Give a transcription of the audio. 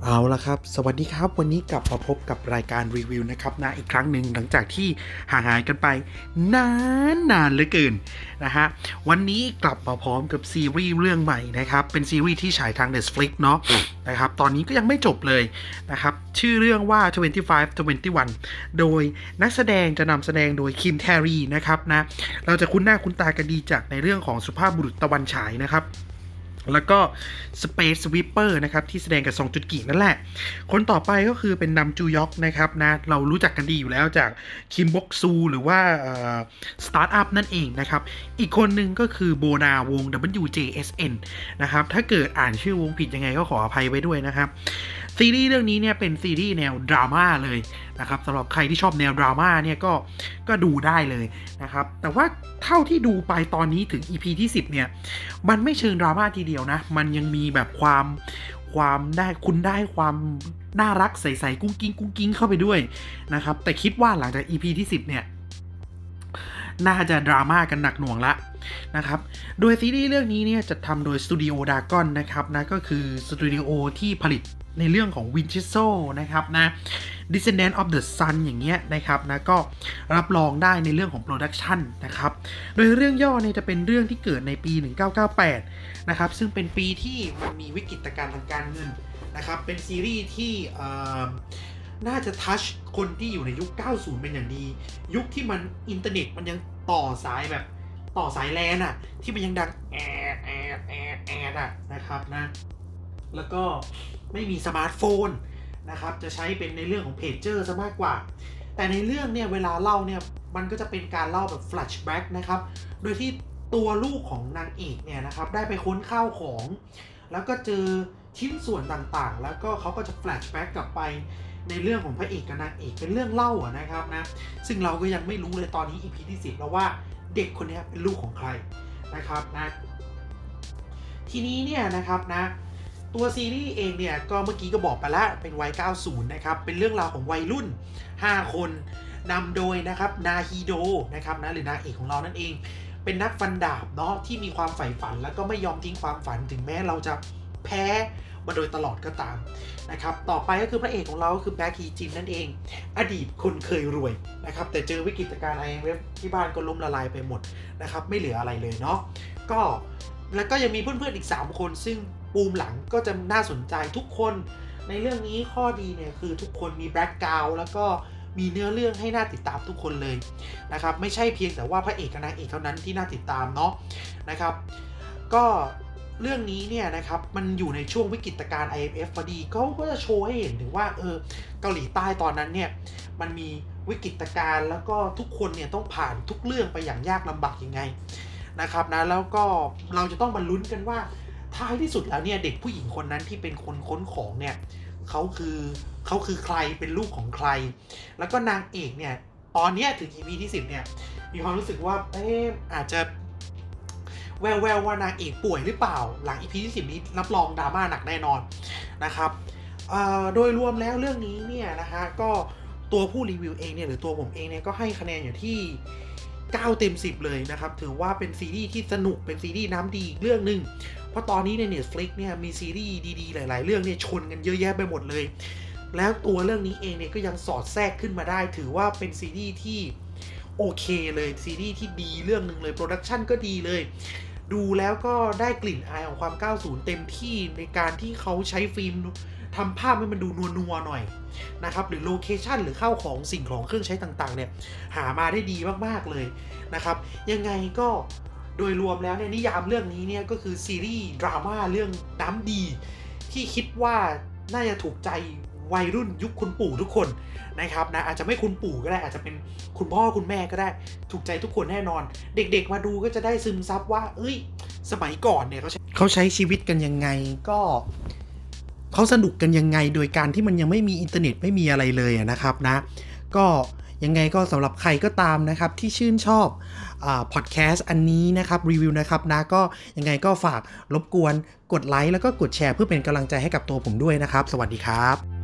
เอาละครับสวัสดีครับวันนี้กลับมาพบกับรายการรีวิวนะครับนะอีกครั้งหนึ่งหลังจากที่ห่างหายกันไปนานเหลือเกินนะฮะวันนี้กลับมาพร้อมกับซีรีส์เรื่องใหม่นะครับเป็นซีรีส์ที่ฉายทาง Netflix เนาะนะครับตอนนี้ก็ยังไม่จบเลยนะครับชื่อเรื่องว่า 25-21 โดยนักแสดงจะนำแสดงโดยคิมแทรีนะครับนะเราจะคุ้นหน้าคุ้นตากันดีจากในเรื่องของสุภาพบุรุษตะวันฉายนะครับแล้วก็ Space Sweeper นะครับที่แสดงกับซองจุนกินั่นแหละคนต่อไปก็คือเป็นนำจูยอกนะครับนะเรารู้จักกันดีอยู่แล้วจากคิมบกซูหรือว่าสตาร์ทอัพนั่นเองนะครับอีกคนหนึ่งก็คือโบนาวง WJSN นะครับถ้าเกิดอ่านชื่อวงผิดยังไงก็ขออภัยไว้ด้วยนะครับซีรีส์เรื่องนี้เนี่ยเป็นซีรีส์แนวดราม่าเลยนะครับสำหรับใครที่ชอบแนวดราม่าเนี่ยก็ดูได้เลยนะครับแต่ว่าเท่าที่ดูไปตอนนี้ถึง EP ที่10เนี่ยมันไม่เชิงดราม่าทีเดียวนะมันยังมีแบบความได้คุณได้ความน่ารักใสๆกุ้งกิ้งเข้าไปด้วยนะครับแต่คิดว่าหลังจาก EP ที่10เนี่ยน่าจะดราม่ากันหนักหน่วงละนะครับโดยซีรีส์เรื่องนี้เนี่ยจะทำโดยสตูดิโอดากอนนะครับนะก็คือสตูดิโอที่ผลิตในเรื่องของ Winchester นะครับนะ Descendant of the Sun อย่างเงี้ยนะครับนะก็รับรองได้ในเรื่องของโปรดักชันนะครับโดยเรื่องย่อเนี่ยจะเป็นเรื่องที่เกิดในปี 1998 นะครับซึ่งเป็นปีที่มันมีวิกฤตการณ์ทางการเงินนะครับเป็นซีรีส์ที่น่าจะทัชคนที่อยู่ในยุค 90 เป็นอย่างดียุคที่มันอินเทอร์เน็ตมันยังต่อสายแลนอะที่มันยังดังแอดอะนะครับนะแล้วก็ไม่มีสมาร์ทโฟนนะครับจะใช้เป็นในเรื่องของเพจเจอร์ซะมากกว่าแต่ในเรื่องเนี่ยเวลาเล่าเนี่ยมันก็จะเป็นการเล่าแบบแฟลชแบ็กนะครับโดยที่ตัวลูกของนางเอกเนี่ยนะครับได้ไปค้นข้าวของแล้วก็เจอชิ้นส่วนต่างๆแล้วก็เขาก็จะแฟลชแบ็กกลับไปในเรื่องของพระเอกกับนางเอกเป็นเรื่องเล่าอะนะครับนะซึ่งเราก็ยังไม่รู้เลยตอนนี้ EP ที่10แล้วว่าเด็กคนนี้เป็นลูกของใครนะครับนะทีนี้เนี่ยนะครับนะตัวซีรีส์เองเนี่ยก็เมื่อกี้ก็บอกไปแล้วเป็นวัย 90 นะครับเป็นเรื่องราวของวัยรุ่น 5 คนนำโดยนะครับนาฮิโดนะครับนะหรือนางเอกของเรานั่นเองเป็นนักฟันดาบเนาะที่มีความใฝ่ฝันแล้วก็ไม่ยอมทิ้งความฝันถึงแม้เราจะแพ้มาโดยตลอดก็ตามนะครับต่อไปก็คือพระเอกของเราก็คือแบ็คฮีจินนั่นเองอดีตคนเคยรวยนะครับแต่เจอวิกฤตการณ์ IMF ที่บ้านก็ล้มละลายไปหมดนะครับไม่เหลืออะไรเลยเนาะก็แล้วก็ยังมีเพื่อนๆอีก3คนซึ่งปูมหลังก็จะน่าสนใจทุกคนในเรื่องนี้ข้อดีเนี่ยคือทุกคนมีแบ็คกราวด์แล้วก็มีเนื้อเรื่องให้น่าติดตามทุกคนเลยนะครับไม่ใช่เพียงแต่ว่าพระเอกกับนางเอกเท่านั้นที่น่าติดตามเนาะนะครับก็เรื่องนี้เนี่ยนะครับมันอยู่ในช่วงวิกฤตการณ์ IMF พอดีเขาก็จะโชว์ให้เห็นถึงว่าเกาหลีใต้ตอนนั้นเนี่ยมันมีวิกฤตการณ์แล้วก็ทุกคนเนี่ยต้องผ่านทุกเรื่องไปอย่างยากลำบากยังไงนะครับนะแล้วก็เราจะต้องมาลุ้นกันว่าท้ายที่สุดแล้วเนี่ยเด็กผู้หญิงคนนั้นที่เป็นคนค้นของเนี่ยเขาคือใครเป็นลูกของใครแล้วก็นางเอกเนี่ยตอนนี้ถึง EP ที่10เนี่ยมีความรู้สึกว่าอาจจะแววว่านางเอกป่วยหรือเปล่าหลัง EP ที่10นี้รับรองดราม่าหนักแน่นอนนะครับโดยรวมแล้วเรื่องนี้เนี่ยนะฮะก็ตัวผู้รีวิวเองเนี่ยหรือตัวผมเองเนี่ยก็ให้คะแนนอยู่ที่9 เต็ม 10เลยนะครับถือว่าเป็นซีรีส์ที่สนุกเป็นซีรีส์น้ำดีอีกเรื่องนึงเพราะตอนนี้ใน Netflix เนี่ยมีซีรีส์ดีๆหลายๆเรื่องเนี่ยชนกันเยอะแยะไปหมดเลยแล้วตัวเรื่องนี้เองเนี่ยก็ยังสอดแทรกขึ้นมาได้ถือว่าเป็นซีรีส์ที่โอเคเลยซีรีส์ที่ดีเรื่องนึงเลยโปรดักชันก็ดีเลยดูแล้วก็ได้กลิ่นอายของความ 90 เต็มที่ในการที่เขาใช้ฟิล์มทำภาพให้มันดูนัวๆหน่อยนะครับหรือโลเคชั่นหรือข้าวของสิ่งของเครื่องใช้ต่างๆเนี่ยหามาได้ดีมากๆเลยนะครับยังไงก็โดยรวมแล้วเนี่ยนิยามเรื่องนี้เนี่ยก็คือซีรีส์ดราม่าเรื่องน้ำดีที่คิดว่าน่าจะถูกใจวัยรุ่นยุคคุณปู่ทุกคนนะครับนะอาจจะไม่คุณปู่ก็ได้อาจจะเป็นคุณพ่อคุณแม่ก็ได้ถูกใจทุกคนแน่นอนเด็กๆมาดูก็จะได้ซึมซับว่าสมัยก่อนเนี่ยเขาใช้ชีวิตกันยังไงก็เขาสนุกกันยังไงโดยการที่มันยังไม่มีอินเทอร์เน็ตไม่มีอะไรเลยนะครับนะก็ยังไงก็สำหรับใครก็ตามนะครับที่ชื่นชอบพอดแคสต์อันนี้นะครับรีวิวนะครับนะก็ยังไงก็ฝากรบกวนกดไลค์แล้วก็กดแชร์เพื่อเป็นกำลังใจให้กับตัวผมด้วยนะครับสวัสดีครับ